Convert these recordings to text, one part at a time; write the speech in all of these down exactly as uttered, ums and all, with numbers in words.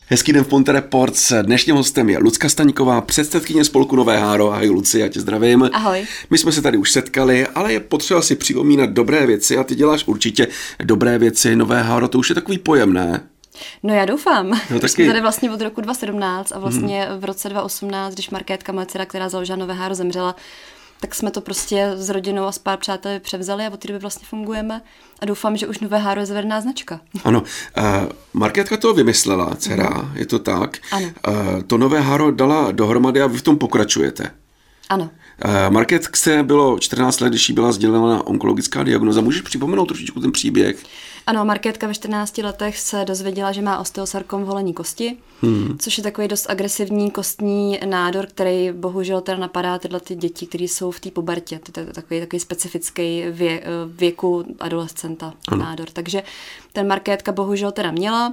Hezký den v Ponte Reports. Dnešním hostem je Lucka Staňková, předsedkyně spolku Nové Háro. Ahoj Luci, já tě zdravím. Ahoj. My jsme se tady už setkali, ale je potřeba si připomínat dobré věci a ty děláš určitě dobré věci. Nové Háro, to už je takový pojem, ne? No já doufám. No, taky... Jsme tady vlastně od roku dva tisíce sedmnáct a vlastně hmm. v roce dva tisíce osmnáct, když Markétka, moje dcera, která založila Nové Háro, zemřela, tak jsme to prostě s rodinou a s pár přáteli převzali a od té doby vlastně fungujeme a doufám, že už Nové Háro je zavedená značka. Ano, uh, Markétka to vymyslela, dcera, mm. je to tak. Ano. Uh, to Nové Háro dala dohromady a vy v tom pokračujete. Ano. Uh, Markétce bylo čtrnáct let, když jí byla sdělena onkologická diagnoza. Můžeš připomenout trošičku ten příběh? Ano, Markétka ve čtrnácti letech se dozvěděla, že má osteosarkom v holenní kosti, hmm. což je takový dost agresivní kostní nádor, který bohužel teda napadá tyhle ty děti, které jsou v té pubertě. To je takový, takový specifický vě, věku adolescenta ano. nádor. Takže ten Markétka bohužel teda měla,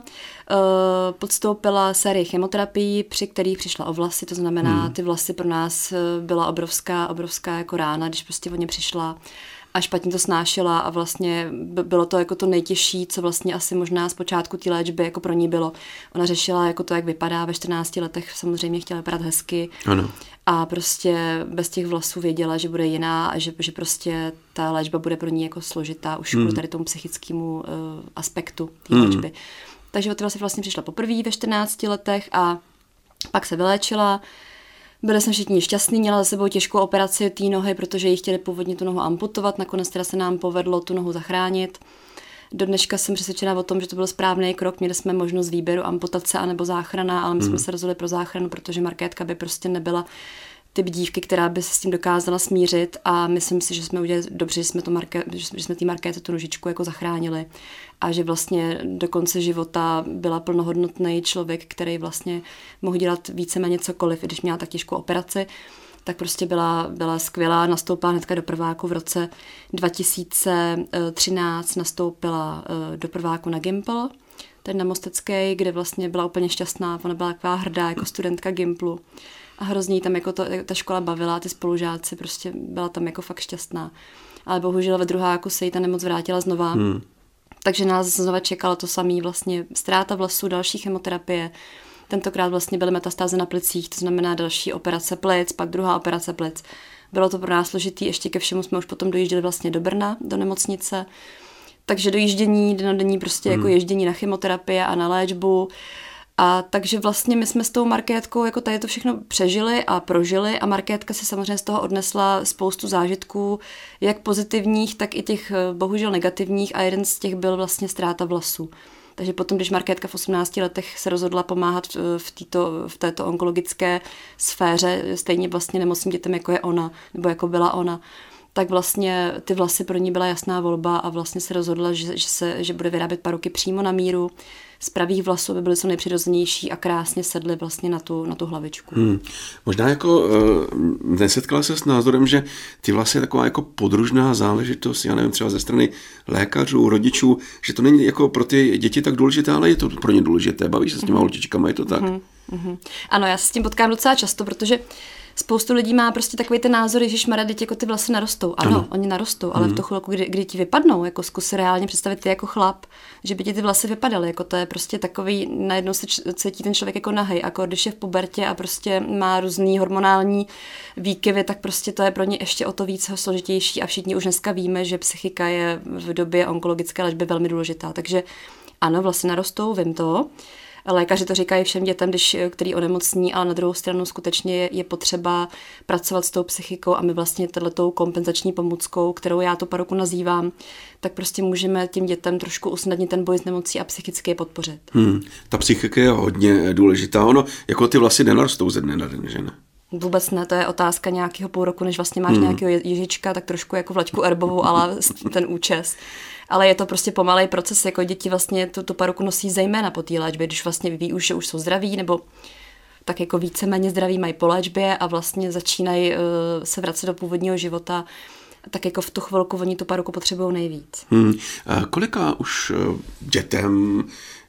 podstoupila sérii chemoterapií, při kterých přišla o vlasy, to znamená, hmm. ty vlasy pro nás byla obrovská, obrovská jako rána, když prostě o ně přišla a špatně to snášela a vlastně bylo to jako to nejtěžší, co vlastně asi možná z počátku té léčby jako pro ní bylo. Ona řešila jako to, jak vypadá ve čtrnácti letech, samozřejmě chtěla vypadat hezky ano. a prostě bez těch vlasů věděla, že bude jiná a že, že prostě ta léčba bude pro ní jako složitá už kvůli hmm. tady tomu psychickému uh, aspektu té hmm. léčby. Takže o ty vlasy vlastně přišla poprvé ve čtrnácti letech a pak se vyléčila. Byli jsme všichni šťastní, měla za sebou těžkou operaci té nohy, protože jí chtěli původně tu nohu amputovat, nakonec teda se nám povedlo tu nohu zachránit. Do dneška jsem přesvědčená o tom, že to byl správný krok, měli jsme možnost výběru amputace anebo záchrana, ale my jsme hmm. se rozhodli pro záchranu, protože Markétka by prostě nebyla typ dívky, která by se s tím dokázala smířit a myslím si, že jsme udělali dobře, že jsme, to Marké, že jsme tý Markéce tu nožičku jako zachránili a že vlastně do konce života byla plnohodnotný člověk, který vlastně mohl dělat víceméně cokoliv, i když měla tak těžkou operaci, tak prostě byla, byla skvělá, nastoupila hnedka do prváku v roce dva tisíce třináct, nastoupila do prváku na Gimpl, ten na Mostecké, kde vlastně byla úplně šťastná, ona byla taková hrdá jako studentka Gimplu. A hrozně tam jako to, ta škola bavila, ty spolužáci, prostě byla tam jako fakt šťastná. Ale bohužel ve druháku se jí ta nemoc vrátila znova. Hmm. Takže nás znova čekalo to samé, vlastně ztráta vlasů, další chemoterapie. Tentokrát vlastně byly metastáze na plicích, to znamená další operace plic, pak druhá operace plic. Bylo to pro nás složitý, ještě ke všemu jsme už potom dojížděli vlastně do Brna, do nemocnice. Takže dojíždění, denodenní prostě hmm. jako ježdění na chemoterapie a na léčbu. A takže vlastně my jsme s tou Markétkou jako tady to všechno přežili a prožili a Markétka si samozřejmě z toho odnesla spoustu zážitků, jak pozitivních, tak i těch bohužel negativních a jeden z těch byl vlastně ztráta vlasů. Takže potom, když Markétka v osmnácti letech se rozhodla pomáhat v, týto, v této onkologické sféře, stejně vlastně nemocným dětem, jako je ona, nebo jako byla ona, tak vlastně ty vlasy pro ní byla jasná volba a vlastně se rozhodla, že, že, se, že bude vyrábět paruky přímo na míru, z pravých vlasů, aby byly co nejpřirozenější a krásně sedly vlastně na tu, na tu hlavičku. Hmm. Možná jako uh, nesetkala se s názorem, že ty vlasy je taková jako podružná záležitost, já nevím, třeba ze strany lékařů, rodičů, že to není jako pro ty děti tak důležité, ale je to pro ně důležité. Bavíš se s těma holčičkama, je to tak? Mm-hmm. Mm-hmm. Ano, já se s tím potkám docela často, protože spoustu lidí má prostě takový ten názor, ježišmarja, děti jako ty vlasy narostou. Ano, ano. Oni narostou, ale mm. v tu chvilku, kdy, kdy ti vypadnou, jako zkus si reálně představit ty jako chlap, že by ti ty vlasy vypadaly, jako to je prostě takový, najednou se cítí ten člověk jako nahej, jako když je v pubertě a prostě má různý hormonální výkyvy, tak prostě to je pro ně ještě o to víc složitější a všichni už dneska víme, že psychika je v době onkologické léčby velmi důležitá. Takže ano, vlasy narostou, vím to. Lékaři to říkají všem dětem, když, který onemocní, ale na druhou stranu skutečně je, je potřeba pracovat s tou psychikou a my vlastně tato kompenzační pomůckou, kterou já tu paruku nazývám, tak prostě můžeme těm dětem trošku usnadnit ten boj s nemocí a psychicky je podpořit. Hmm, ta psychika je hodně důležitá. Ono, jako ty vlasy nenarostou ze dne na den, že ne? Vůbec ne, to je otázka nějakého půl roku, než vlastně máš hmm. nějakého ježička, tak trošku jako vlačku erbovou, ale ten účes. Ale je to prostě pomalej proces, jako děti vlastně tu, tu paruku nosí zejména po té léčbě, když vlastně ví už, že už jsou zdraví, nebo tak jako víceméně zdraví mají po léčbě a vlastně začínají uh, se vracet do původního života, tak jako v tu chvilku oni tu paruku potřebují nejvíc. Hmm. A kolika už dětem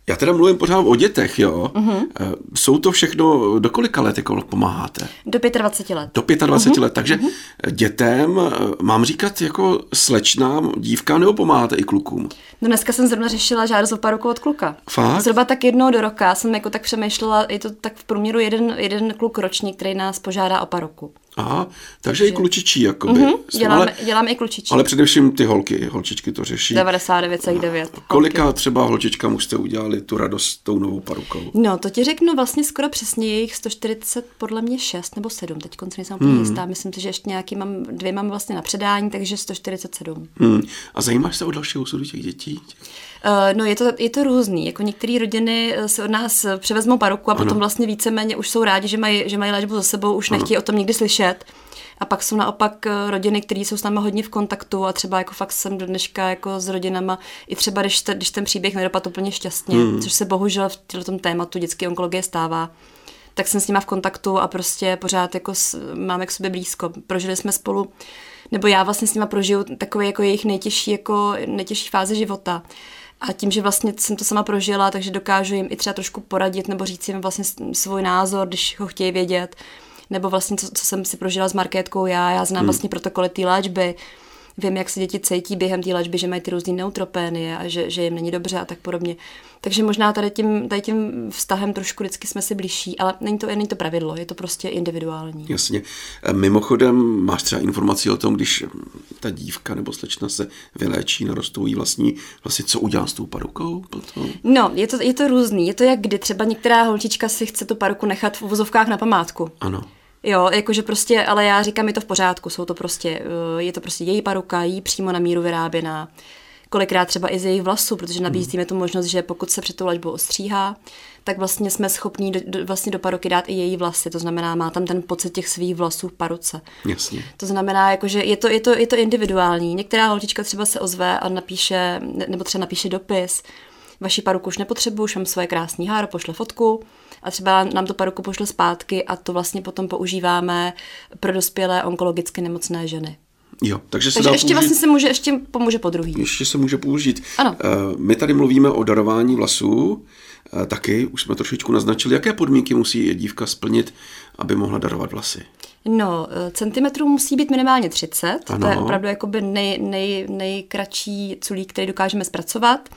Já teda mluvím pořád o dětech, jo. Uh-huh. Jsou to všechno, do kolika let jako pomáháte? Do dvacet pět let. Do dvacet pět uh-huh. let, takže uh-huh. dětem mám říkat jako slečna, dívka, nebo pomáháte i klukům? No dneska jsem zrovna řešila žádost o paruku od kluka. Fakt? Zhruba tak jednou do roka jsem jako tak přemýšlela, je to tak v průměru jeden, jeden kluk ročně, který nás požádá o paruku. Aha, takže, takže i klučičí, jakoby. Mm-hmm, děláme, ale, děláme i klučičí. Ale především ty holky, holčičky to řeší. devadesát devět celá devět. Kolika třeba holčičkám už jste udělali tu radost s tou novou parukou? No, to ti řeknu vlastně skoro přesně, je jich sto čtyřicet, podle mě šest nebo sedm, teď konce nejsem úplně hmm. jistá, myslím si, že ještě nějaký mám, dvě mám vlastně na předání, takže sto čtyřicet sedm. Hmm. A zajímáš se o další osudu těch dětí? Uh, no je to, je to různý, jako některé rodiny se od nás převezmou paruku a ano. potom vlastně víceméně už jsou rádi, že mají, že mají léčbu za sebou, už ano. nechtějí o tom nikdy slyšet. A pak jsou naopak rodiny, které jsou s námi hodně v kontaktu a třeba jako fakt jsem do dneška jako s rodinama, i třeba když, te, když ten příběh nedopadl úplně šťastně, hmm. což se bohužel v tom tématu dětské onkologie stává, tak jsem s nima v kontaktu a prostě pořád jako s, máme k sobě blízko. Prožili jsme spolu, nebo já vlastně s nima prožiju takové jako jejich nejtěžší, jako nejtěžší fáze života. A tím, že vlastně jsem to sama prožila, takže dokážu jim i třeba trošku poradit nebo říct jim vlastně svůj názor, když ho chtějí vědět. Nebo vlastně, co, co jsem si prožila s Markétkou já, já znám hmm. vlastně protokoly té léčby, vím, jak se děti cítí během té léčby, že mají ty různé neutropénie a že, že jim není dobře a tak podobně. Takže možná tady tím, tady tím vztahem trošku vždycky jsme si blížší, ale není to, není to pravidlo, je to prostě individuální. Jasně. Mimochodem, máš třeba informaci o tom, když ta dívka nebo slečna se vyléčí, narostou jí vlastní, vlastně co udělá s tou parukou potom? No, je to, je to různý, je to jak kdy třeba některá holčička si chce tu paruku nechat v uvozovkách na památku. Ano. Jo, jakože prostě, ale já říkám, je to v pořádku, jsou to prostě, je to prostě její paruka, jí přímo na míru vyráběná. Kolikrát třeba i z jejich vlasů, protože nabízíme tu možnost, že pokud se před tou léčbou ostříhá, tak vlastně jsme schopní do, do, vlastně do paruky dát i její vlasy, to znamená, má tam ten pocit těch svých vlasů v paruce. Jasně. To znamená, jakože je to, je to, je to individuální. Některá holčička třeba se ozve a napíše, nebo třeba napíše dopis, vaši paruku už nepotřebuji, už mám svoje krásný háro, pošle fotku a třeba nám tu paruku pošle zpátky a to vlastně potom používáme pro dospělé onkologicky nemocné ženy. Jo, takže se takže dá ještě použít... vlastně se může, ještě pomůže po druhý. Ještě se může použít. Ano. My tady mluvíme o darování vlasů, taky už jsme trošičku naznačili, jaké podmínky musí dívka splnit, aby mohla darovat vlasy. No, centimetrů musí být minimálně třicet, ano. To je opravdu jakoby nej, nej, nejkratší culík, který dokážeme zpracovat.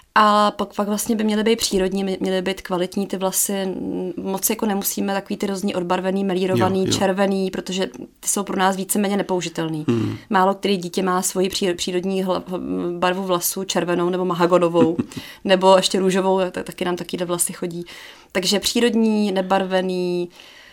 A pak, pak vlastně by měly být přírodní, měly být kvalitní ty vlasy, moc jako nemusíme takový ty různý odbarvený, melírovaný, jo, jo. červený, protože ty jsou pro nás víceméně nepoužitelný. Hmm. Málo který dítě má svoji přírodní barvu vlasů, červenou nebo mahagonovou, nebo ještě růžovou, taky nám takové vlasy chodí. Takže přírodní, nebarvený,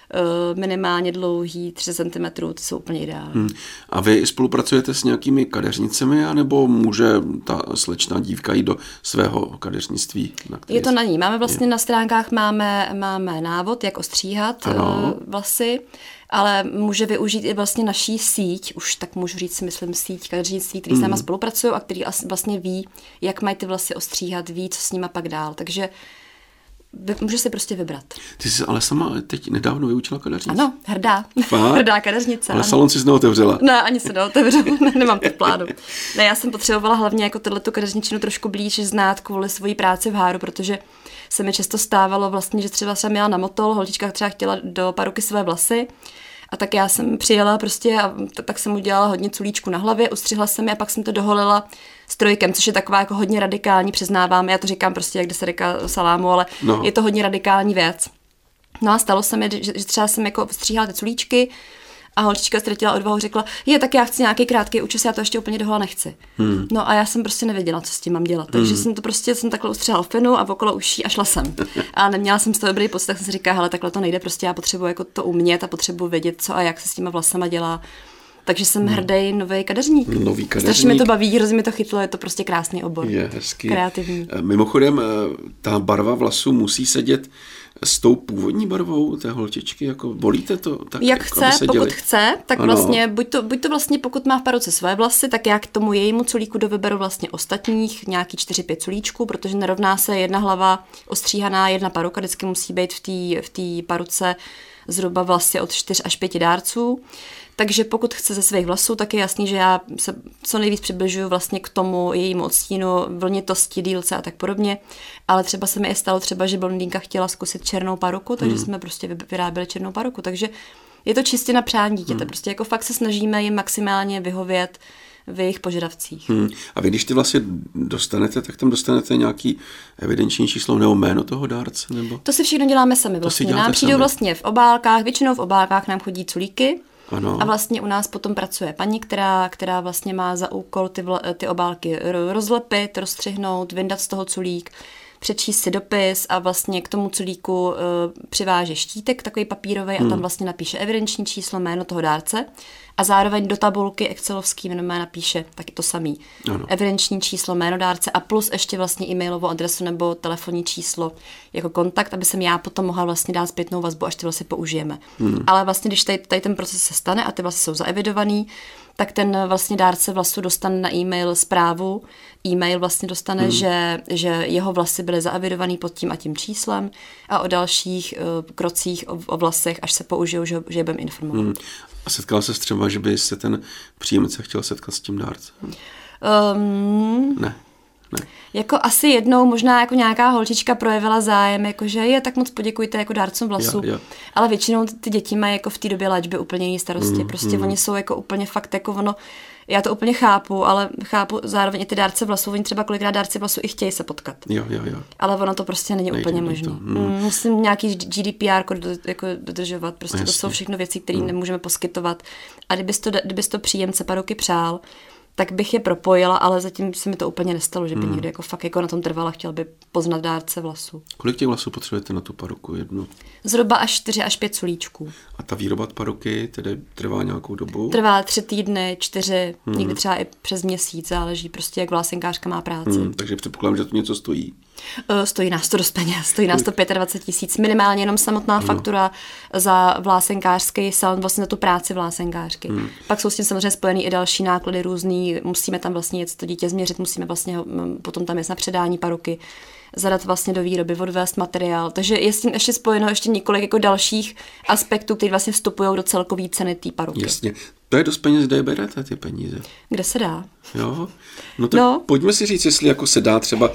minimálně dlouhý, tři centimetry, ty jsou úplně ideální. Hmm. A vy spolupracujete s nějakými kadeřnicemi, anebo může ta slečná dívka jít do svého kadeřnictví? Na je to na ní. Máme vlastně je. Na stránkách máme, máme návod, jak ostříhat ano. vlasy, ale může využít i vlastně naší síť, už tak můžu říct si myslím síť kadeřnictví, který hmm. s náma spolupracují a který vlastně ví, jak mají ty vlasy ostříhat, ví, co s nima pak dál. Takže může si prostě vybrat. Ty jsi ale sama teď nedávno vyučila kadeřnici. Ano, hrdá. Fakt? Hrdá kadeřnice. Ale ano. Salon si neotevřela. Ne, ani se neotevřela, ne, nemám to v plánu. Ne, já jsem potřebovala hlavně jako tohletu kadeřničinu trošku blíž znát kvůli svojí práci v háru, protože se mi často stávalo vlastně, že třeba jsem měla na motol, holčička třeba chtěla do paruky své vlasy, a tak já jsem přijela prostě a t- tak jsem udělala hodně culíčku na hlavě, ustřihla jsem je a pak jsem to doholila strojkem, což je taková jako hodně radikální, přiznávám, já to říkám prostě, jak se říká salámu, ale no. Je to hodně radikální věc. No a stalo se mi, že, že třeba jsem jako stříhala ty culíčky a holčička ztratila odvahu, řekla, je, tak já chci nějaký krátký účes, já to ještě úplně dohola nechci. Hmm. No a já jsem prostě nevěděla, co s tím mám dělat, takže hmm. jsem to prostě, jsem takhle ustřihala fenu a okolo uší a šla jsem. A neměla jsem z toho dobrý pocit, tak jsem si říkala, hele, takhle to nejde, prostě já potřebuji jako to umět a potřebuji vědět, co a jak se s těma vlasama dělá. Takže jsem hmm. hrdý nový kadeřník. Nový kadeřník. Strašně mi to baví, hrozně mi to chytlo, je to prostě krásný obor. Je hezký. Kreativní. Mimochodem, ta barva vlasů musí sedět s tou původní barvou té holčičky, jako volíte to? Tak, Jak jako, chce, pokud děli? chce, tak ano. vlastně, buď to, buď to vlastně, pokud má v paruce své vlasy, tak já k tomu jejímu culíku dovyberu vlastně ostatních, nějaký čtyři pět culíčků, protože nerovná se jedna hlava ostříhaná, jedna paruka, vždycky musí být v té v té paruce zhruba vlasy od čtyř až pěti dárců. Takže pokud chce ze svých vlasů, tak je jasný, že já se co nejvíc přibližuju vlastně k tomu jejímu odstínu, vlnitosti, dílce a tak podobně. Ale třeba se mi i stalo třeba, že blondýnka chtěla zkusit černou paruku, takže hmm. jsme prostě vyráběli černou paruku. Takže je to čistě na přání dítěte. Hmm. Prostě jako fakt se snažíme jim maximálně vyhovět v jejich požadavcích. Hmm. A vy, když ty vlastně dostanete, tak tam dostanete nějaký evidenční číslo nebo jméno toho dárce? Nebo? To si všechno děláme sami vlastně. Nám přijdou sami. vlastně v obálkách, většinou v obálkách nám chodí culíky. Ano. A vlastně u nás potom pracuje paní, která, která vlastně má za úkol ty, vla, ty obálky rozlepit, rozstřihnout, vyndat z toho culík, přečíst si dopis a vlastně k tomu culíku uh, přiváže štítek takový papírový hmm. a tam vlastně napíše evidenční číslo, jméno toho dárce a zároveň do tabulky excelovský jméno napíše taky to samý. Ano. Evidenční číslo, jméno dárce a plus ještě vlastně e-mailovou adresu nebo telefonní číslo jako kontakt, aby jsem já potom mohla vlastně dát zpětnou vazbu, až ty vlasy použijeme. Hmm. Ale vlastně, když tady, tady ten proces se stane a ty vlasy jsou zaevidovaný, tak ten vlastně dárce vlasu dostane na e-mail zprávu. E-mail vlastně dostane, hmm. že, že jeho vlasy byly zaevidovaný pod tím a tím číslem a o dalších uh, krocích o, o vlasech, až se použijou, že, že je budeme informovat. Hmm. A setkala se třeba, že by se ten příjemce chtěl setkat s tím dárcem? Um, ne. Ne. Jako asi jednou možná jako nějaká holčička projevila zájem, jakože je, tak moc poděkujte jako dárcům vlasů. Ja, ja. Ale většinou ty děti mají jako v té době léčby úplně jiný starosti. Mm, prostě mm. oni jsou jako úplně fakt jako ono, já to úplně chápu, ale chápu zároveň i ty dárce vlasů, oni třeba kolikrát dárci vlasů i chtějí se potkat. Jo, jo, jo. Ale ono to prostě není Nejde úplně možné. Mm. Musím nějaký G D P R do, jako dodržovat, prostě Jasně. To jsou všechno věci, které mm. nemůžeme poskytovat. A kdybys to, kdybys to příjemce paruky přál, tak bych je propojila, ale zatím se mi to úplně nestalo, že by hmm. někdo jako fakt jako na tom trval a chtěl by poznat dárce vlasů. Kolik těch vlasů potřebujete na tu paruku? Jednu? Zhruba až čtyři až pět culíčků. A ta výroba paruky tedy trvá nějakou dobu? Trvá tři týdny, čtyři, hmm. někdy třeba i přes měsíc, záleží prostě, jak vlásenkářka má práci. Hmm, takže předpokládám, že to něco stojí. Stojí nás to dost peněz, stojí nás to dvacet pět tisíc, minimálně jenom samotná ano. faktura za vlásenkářský salon, vlastně za tu práci vlásenkářky. Hmm. Pak jsou s tím samozřejmě spojený i další náklady různý, musíme tam vlastně jet to dítě změřit, musíme vlastně potom tam jet na předání paruky, zadat vlastně do výroby, odvést materiál, takže je s tím ještě spojeno ještě několik jako dalších aspektů, které vlastně vstupují do celkové ceny té paruky. Jasně. To je dost peněz, kde berete ty peníze? Kde se dá. Jo, no tak no. Pojďme si říct, jestli jako se dá třeba,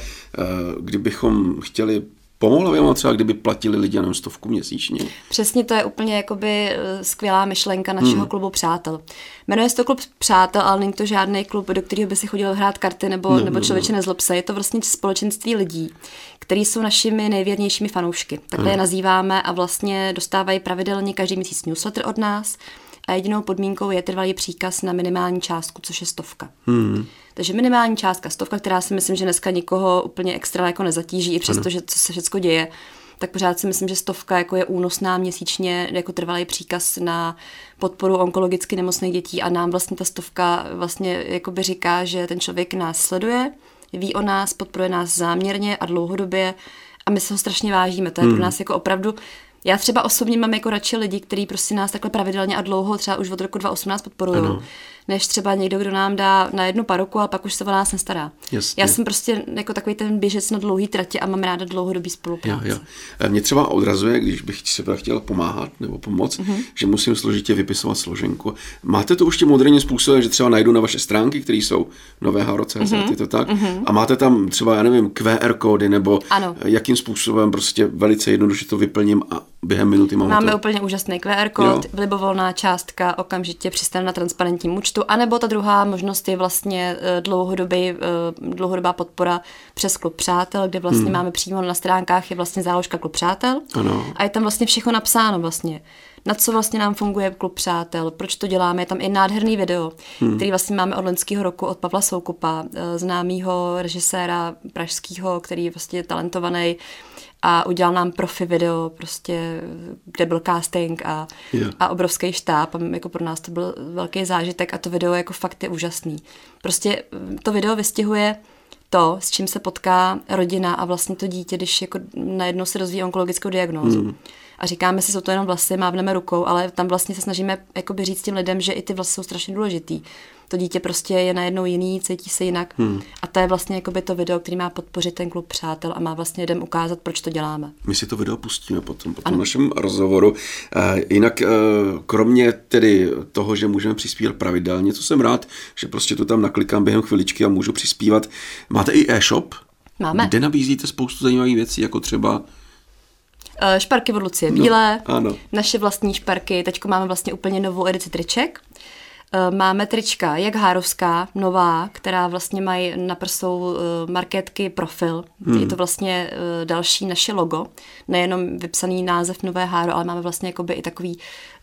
kdybychom chtěli, pomohla by vám třeba, kdyby platili lidi jenom stovku měsíčně. Přesně, to je úplně jakoby skvělá myšlenka našeho hmm. klubu Přátel. Jmenuje se to klub Přátel, ale není to žádný klub, do kterého by si chodil hrát karty nebo, no, nebo člověče no. nezlob se. Je to vlastně společenství lidí, kteří jsou našimi nejvěrnějšími fanoušky. Takhle je nazýváme a vlastně dostávají pravidelně každý měsíc newsletter od nás. A jedinou podmínkou je trvalý příkaz na minimální částku, což je stovka. Hmm. Takže minimální částka stovka, která si myslím, že dneska nikoho úplně extra jako nezatíží, i přesto, že co se všechno děje, tak pořád si myslím, že stovka jako je únosná měsíčně jako trvalý příkaz na podporu onkologicky nemocných dětí a nám vlastně ta stovka vlastně jakoby říká, že ten člověk nás sleduje, ví o nás, podporuje nás záměrně a dlouhodobě a my se ho strašně vážíme. To je hmm. pro nás jako opravdu. Já třeba osobně mám jako radši lidi, kteří prostě nás takhle pravidelně a dlouho, třeba už od roku dva tisíce osmnáct podporují, než třeba někdo, kdo nám dá na jednu paruku, ale pak už se o nás nestará. Jasně. Já jsem prostě jako takový ten běžec na dlouhý tratě a mám ráda dlouhodobý spolupráci. Jo, jo. Mě třeba odrazuje, když bych se chtěla pomáhat nebo pomoct, mm-hmm. že musím složitě vypisovat složenku. Máte to už tím moderním způsobem, že třeba najdu na vaše stránky, které jsou nové Haro tečka cé zet, mm-hmm. je to tak? Mm-hmm. A máte tam třeba, já nevím, Q R kódy nebo ano. jakým způsobem prostě velice jednoduše to vyplním a během minuty mám Máme to. úplně úžasný Q R kód, libovolná částka okamžitě přistane na transparentním účtu, anebo ta druhá možnost je vlastně dlouhodobý, dlouhodobá podpora přes klub Přátel, kde vlastně hmm. máme přímo na stránkách je vlastně záložka klub Přátel ano. a je tam vlastně všechno napsáno vlastně. Na co vlastně nám funguje klub Přátel, proč to děláme, je tam i nádherný video, hmm. který vlastně máme od loňského roku od Pavla Soukupa, známýho režiséra pražského, který je vlastně talentovaný a udělal nám profi video, prostě, kde byl casting a, yeah. a obrovský štáb. A jako pro nás to byl velký zážitek a to video jako fakt je úžasný. Prostě to video vystihuje to, s čím se potká rodina a vlastně to dítě, když jako najednou se dozví onkologickou diagnózu. Mm. A říkáme si, jsou to jenom vlasy, mávneme rukou, ale tam vlastně se snažíme jakoby říct těm lidem, že i ty vlasy jsou strašně důležitý. To dítě prostě je najednou jiný, cítí se jinak. Hmm. A to je vlastně jakoby to video, který má podpořit ten klub přátel a má vlastně lidem ukázat, proč to děláme. My si to video pustíme potom, po tom našem rozhovoru. Uh, jinak uh, kromě tedy toho, že můžeme přispívat pravidelně, co jsem rád, že prostě to tam naklikám během chviličky a můžu přispívat. Máte i e-shop? Máme. Kde nabízíte spoustu zajímavých věcí, jako třeba šparky od Lucie Bílé, no, ano. naše vlastní šparky, teďko máme vlastně úplně novou edici triček. Máme trička jak hárovská, nová, která vlastně mají na prsou markétky profil. Hmm. Je to vlastně další naše logo, nejenom vypsaný název Nové háro, ale máme vlastně jakoby i takový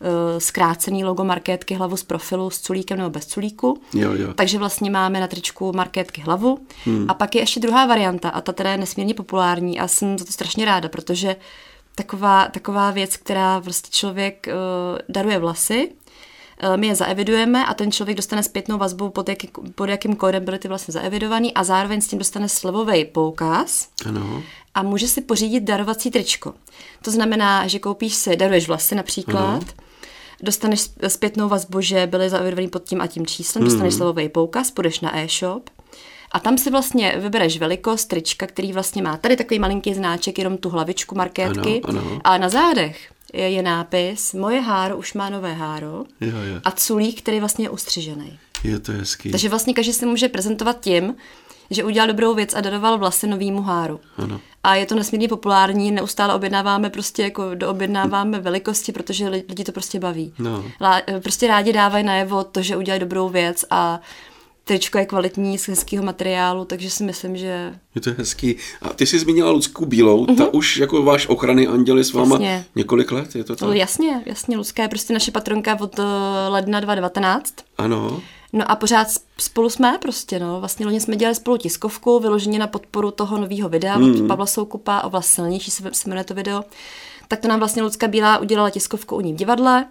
zkrácený logo markétky hlavu z profilu s culíkem nebo bez culíku. Jo, jo. Takže vlastně máme na tričku markétky hlavu. Hmm. A pak je ještě druhá varianta a ta teda je nesmírně populární a jsem za to strašně ráda, protože Taková, taková věc, která prostě člověk uh, daruje vlasy, uh, my je zaevidujeme a ten člověk dostane zpětnou vazbu, pod, jaký, pod jakým kódem byly ty vlasy zaevidovaný a zároveň s tím dostane slevový poukaz ano. A může si pořídit darovací tričko. To znamená, že koupíš si, daruješ vlasy například, ano. Dostaneš zpětnou vazbu, že byly zaevidovaný pod tím a tím číslem, hmm. dostaneš slevový poukaz, půjdeš na e-shop, a tam si vlastně vybereš velikost trička, který vlastně má tady takový malinký znáček, jenom tu hlavičku markétky. Ano, ano. A na zádech je, je nápis Moje háro už má nové háro jo, jo. A culík, který vlastně je ustřižený. Je to hezký. Takže vlastně každý se může prezentovat tím, že udělal dobrou věc a daroval vlasy novýmu háru. Ano. A je to nesmírně populární, neustále objednáváme prostě jako doobjednáváme velikosti, protože lidi to prostě baví. No. Prostě rádi dávají najevo to, že udělají dobrou věc a tričko je kvalitní, z hezkého materiálu, takže si myslím, že... Je to hezký. A ty jsi zmínila Lucku Bílou, uh-huh. ta už jako váš ochranný anděl je s váma jasně. několik let, je to tak? No, jasně, jasně, Lucka je prostě naše patronka od uh, ledna dva tisíce devatenáct. Ano. No a pořád spolu jsme prostě, no. Vlastně loni jsme dělali spolu tiskovku, vyloženě na podporu toho nového videa mm. od Pavla Soukupa, o Vlas silnější se, se jmenuje to video. Tak to nám vlastně Lucka Bílá udělala tiskovku u ní v divadle.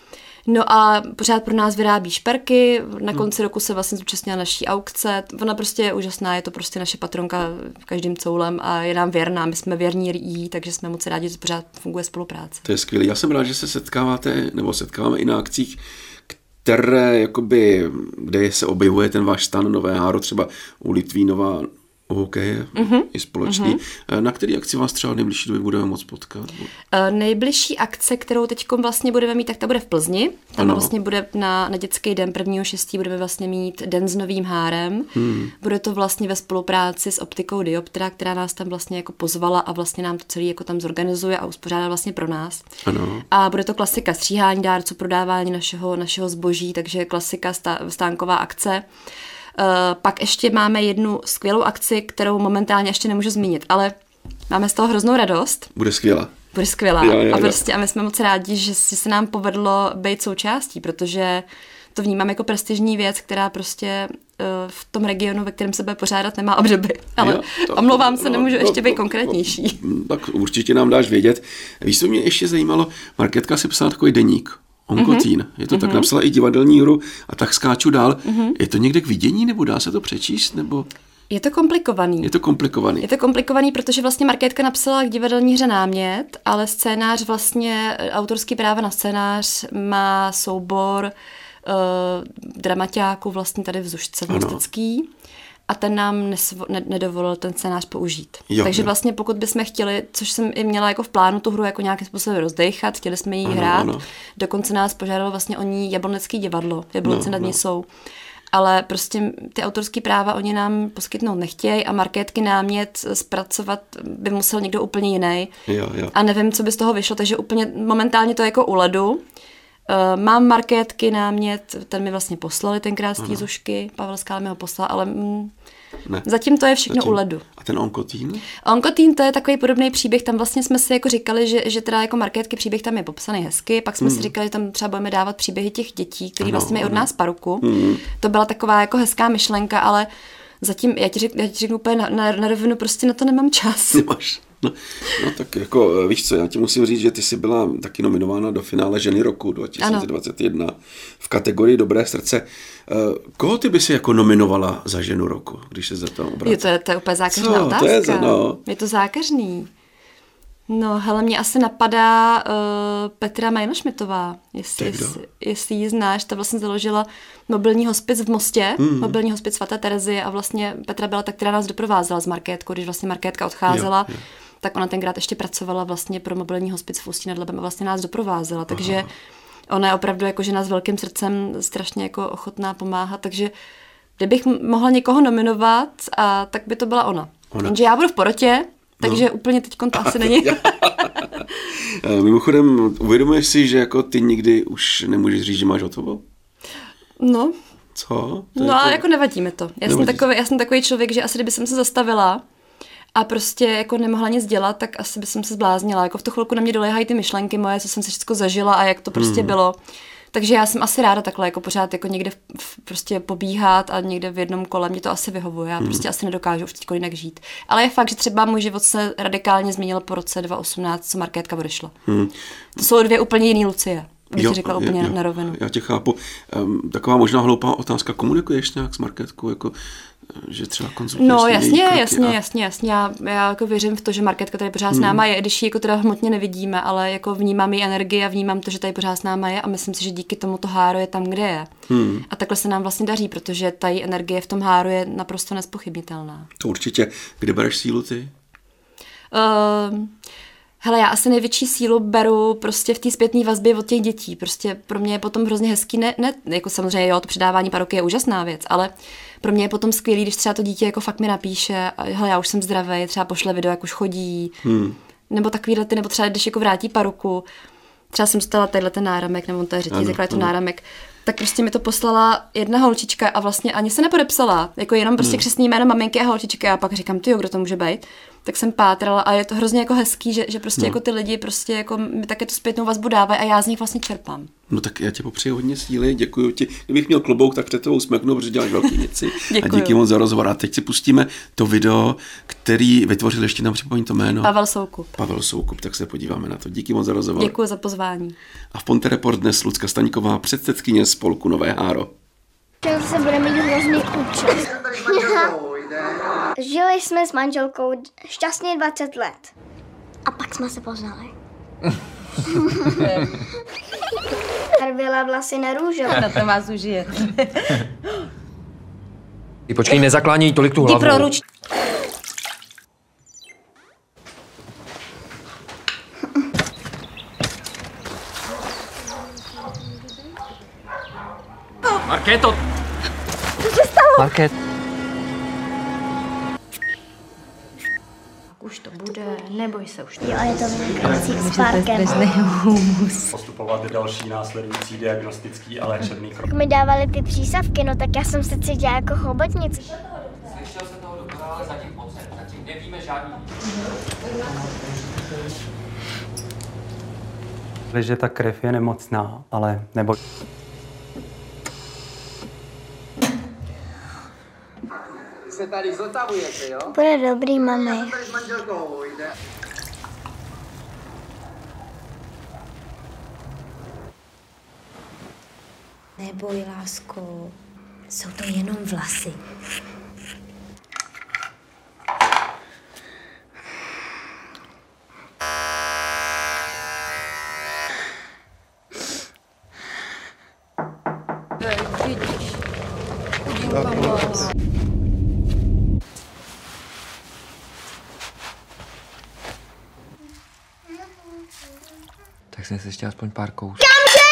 No a pořád pro nás vyrábí šperky, na konci roku se vlastně zúčastnila naší aukce, ona prostě je úžasná, je to prostě naše patronka každým coulem a je nám věrná, my jsme věrní jí, takže jsme moc rádi, že pořád funguje spolupráce. To je skvělé, já jsem rád, že se setkáváte, nebo setkáváme i na akcích, které, jakoby, kde se objevuje ten váš stan Nové háro, třeba u Litvínova, o hokeje uh-huh. i společný. Uh-huh. Na který akci vás třeba nejbližší době budeme moc potkat? Uh, nejbližší akce, kterou teď vlastně budeme mít, tak ta bude v Plzni. Tam ano. vlastně bude na, na dětský den prvního šestého budeme vlastně mít den s novým hárem. Hmm. Bude to vlastně ve spolupráci s optikou Dioptra, která nás tam vlastně jako pozvala a vlastně nám to celý jako tam zorganizuje a uspořádá vlastně pro nás. Ano. A bude to klasika stříhání dárců, prodávání našeho, našeho zboží, takže klasika stá, stánková akce. Uh, pak ještě máme jednu skvělou akci, kterou momentálně ještě nemůžu zmínit, ale máme z toho hroznou radost. Bude skvělá. Bude skvělá. Jo, jo, a, prostě, a my jsme moc rádi, že se nám povedlo být součástí, protože to vnímám jako prestižní věc, která prostě uh, v tom regionu, ve kterém se bude pořádat, nemá obdoby. Ale jo, tak, omlouvám se, no, nemůžu no, ještě být no, konkrétnější. No, tak určitě nám dáš vědět. Víš, co mě ještě zajímalo, Markétka si psala takový deník. Onkotín. Mm-hmm. Je to mm-hmm. tak, napsala i divadelní hru a tak skáču dál. Mm-hmm. Je to někde k vidění, nebo dá se to přečíst, nebo... Je to komplikovaný. Je to komplikovaný. Je to komplikovaný, protože vlastně Markétka napsala k divadelní hře námět, ale scénář vlastně, autorský práva na scénář má soubor uh, dramaťáků vlastně tady v Zušce v Mostecký. A ten nám nesvo- ne- nedovolil ten scénář použít. Jo, Takže jo. vlastně pokud bychom chtěli, což jsem i měla jako v plánu tu hru jako nějakým způsobem rozdejchat, chtěli jsme ji ano, hrát, ano. dokonce nás požádalo vlastně o ní Jablonnecký divadlo, v Jablonci no, nad Nisou. No. Ale prostě ty autorský práva oni nám poskytnout nechtějí a Markétky námět zpracovat by musel někdo úplně jiný. Jo, jo. A nevím, co by z toho vyšlo, takže úplně momentálně to je jako u ledu. Uh, mám Markétky námět, ten mi vlastně poslali tenkrát z té Zušky, Pavel Skál mi ho poslal, ale mm, zatím to je všechno zatím. U ledu. A ten Onkotín? Onkotín to je takový podobný příběh, tam vlastně jsme si jako říkali, že, že teda jako Markétky příběh tam je popsaný hezky, pak jsme hmm. si říkali, že tam třeba budeme dávat příběhy těch dětí, který ano, vlastně mají od nás paruku. Hmm. To byla taková jako hezká myšlenka, ale zatím, já ti, řek, já ti řeknu úplně na, na, na rovinu, prostě na to nemám čas. Nemáš. No, no tak jako, víš co, já ti musím říct, že ty jsi byla taky nominována do finále Ženy roku dva tisíce dvacet jedna ano. v kategorii Dobré srdce. Koho ty by si jako nominovala za Ženu roku, když se zeptám obrátit? Jo, to je, to je úplně zákeřná co? otázka. To je, za, no. je to zákeřný. No, hele, mě asi napadá uh, Petra Majnošmitová, jestli, jestli, jestli ji znáš, ta vlastně založila mobilní hospic v Mostě, mm. mobilní hospic svaté Terezie a vlastně Petra byla ta, která nás doprovázela s Markétkou, když vlastně Markétka odcházela, jo, jo. tak ona tenkrát ještě pracovala vlastně pro mobilní hospic v Ústí nad Labem a vlastně nás doprovázela, takže Aha. ona je opravdu jako žena s velkým srdcem strašně jako ochotná pomáhat, takže kdybych mohla někoho nominovat, a, tak by to byla ona. ona. Jenže já budu v porotě, takže no. úplně teďkon to asi není. Mimochodem, uvědomuješ si, že jako ty nikdy už nemůžeš říct, že máš hotovo? No. Co? To no a to... jako nevadí mi to. Já jsem, takový, já jsem takový člověk, že asi kdyby jsem se zastavila a prostě jako nemohla nic dělat, tak asi by jsem se zbláznila. Jako v tu chvilku na mě doléhají ty myšlenky moje, co jsem se všechno zažila a jak to prostě mm. bylo. Takže já jsem asi ráda takhle jako pořád jako někde v, v, prostě pobíhat a někde v jednom kole, mě to asi vyhovuje. Já hmm. prostě asi nedokážu už teď jinak žít. Ale je fakt, že třeba můj život se radikálně změnil po roce dva tisíce osmnáct, co Markétka odešla. Hmm. To jsou dvě úplně jiný Lucie, bych jo, ti řekla úplně jo, na rovinu. Já tě chápu. Um, taková možná hloupá otázka, komunikuješ nějak s Markétkou, jako že třeba konzultuješ? No jasně, jasně, a... jasně, jasně. Já, já jako věřím v to, že Markétka tady pořád hmm. s náma je, když ji jako teda hmotně nevidíme, ale jako vnímám její energii a vnímám to, že tady pořád s náma je a myslím si, že díky tomu to háro je tam, kde je. Hmm. A takhle se nám vlastně daří, protože ta její energie v tom háru je naprosto nezpochybnitelná. To určitě. Kde bereš sílu ty? Uh, Hele, já asi největší sílu beru prostě v té zpětné vazbě od těch dětí. Prostě pro mě je potom hrozně hezký, ne, ne jako samozřejmě jo, to předávání paroky je úžasná věc, ale pro mě je potom skvělý, když třeba to dítě jako fakt mi napíše, hele, já už jsem zdravý, třeba pošle video, jak už chodí, hmm. nebo takovýhle ty, nebo třeba když jako vrátí paruku, třeba jsem dostala tadyhle ten náramek, nebo to je řetízek, takhle to náramek, tak prostě mi to poslala jedna holčička a vlastně ani se nepodepsala, jako jenom prostě hmm. křestní jméno maminky a holčičky a pak říkám, tyjo, kdo to může být? Tak jsem pátrala a je to hrozně jako hezký, že, že prostě no. jako ty lidi prostě jako mi také tu zpětnou vazbu dávají a já z nich vlastně čerpám. No tak já tě popřeji hodně síly, děkuji ti. Kdybych měl klobouk, tak před tebou smeknu, protože děláš velký věci. A díky moc za rozhovor. A teď si pustíme to video, který vytvořil, ještě nám připomeň to jméno. Pavel Soukup. Pavel Soukup, tak se podíváme na to. Díky moc za rozhovor. Děkuji za pozvání. A v Ponte Report dnes Lucka Staňková, předsedkyně spolku Nové Háro. Se bude mít hrozný účet. Žili jsme s manželkou šťastně dvacet let. A pak jsme se poznali. Barvila vlasy na růžovo. Na to vás užije. Ty počkej, nezakláněj tolik tu hlavu. Jdi pro ruč. Markéto! Co se stalo? Market. Už to bude, neboj se už. Jo, je to vynikající s párkem. Postupovat další následující diagnostický a léčebný krok. Mi dávali ty přísavky, no tak já jsem se cítila jako chobotnice. Slyšel se toho doktora, ale zatím potřeb, zatím nevíme žádný. Že ta krev je nemocná, ale neboj. Se tady zotavujete, jo? Bude dobrý, mami. Neboj, lásko, jsou to jenom vlasy. Vidíš, chudinka malá. Tak jsem si ještě aspoň pár kous. Kamže!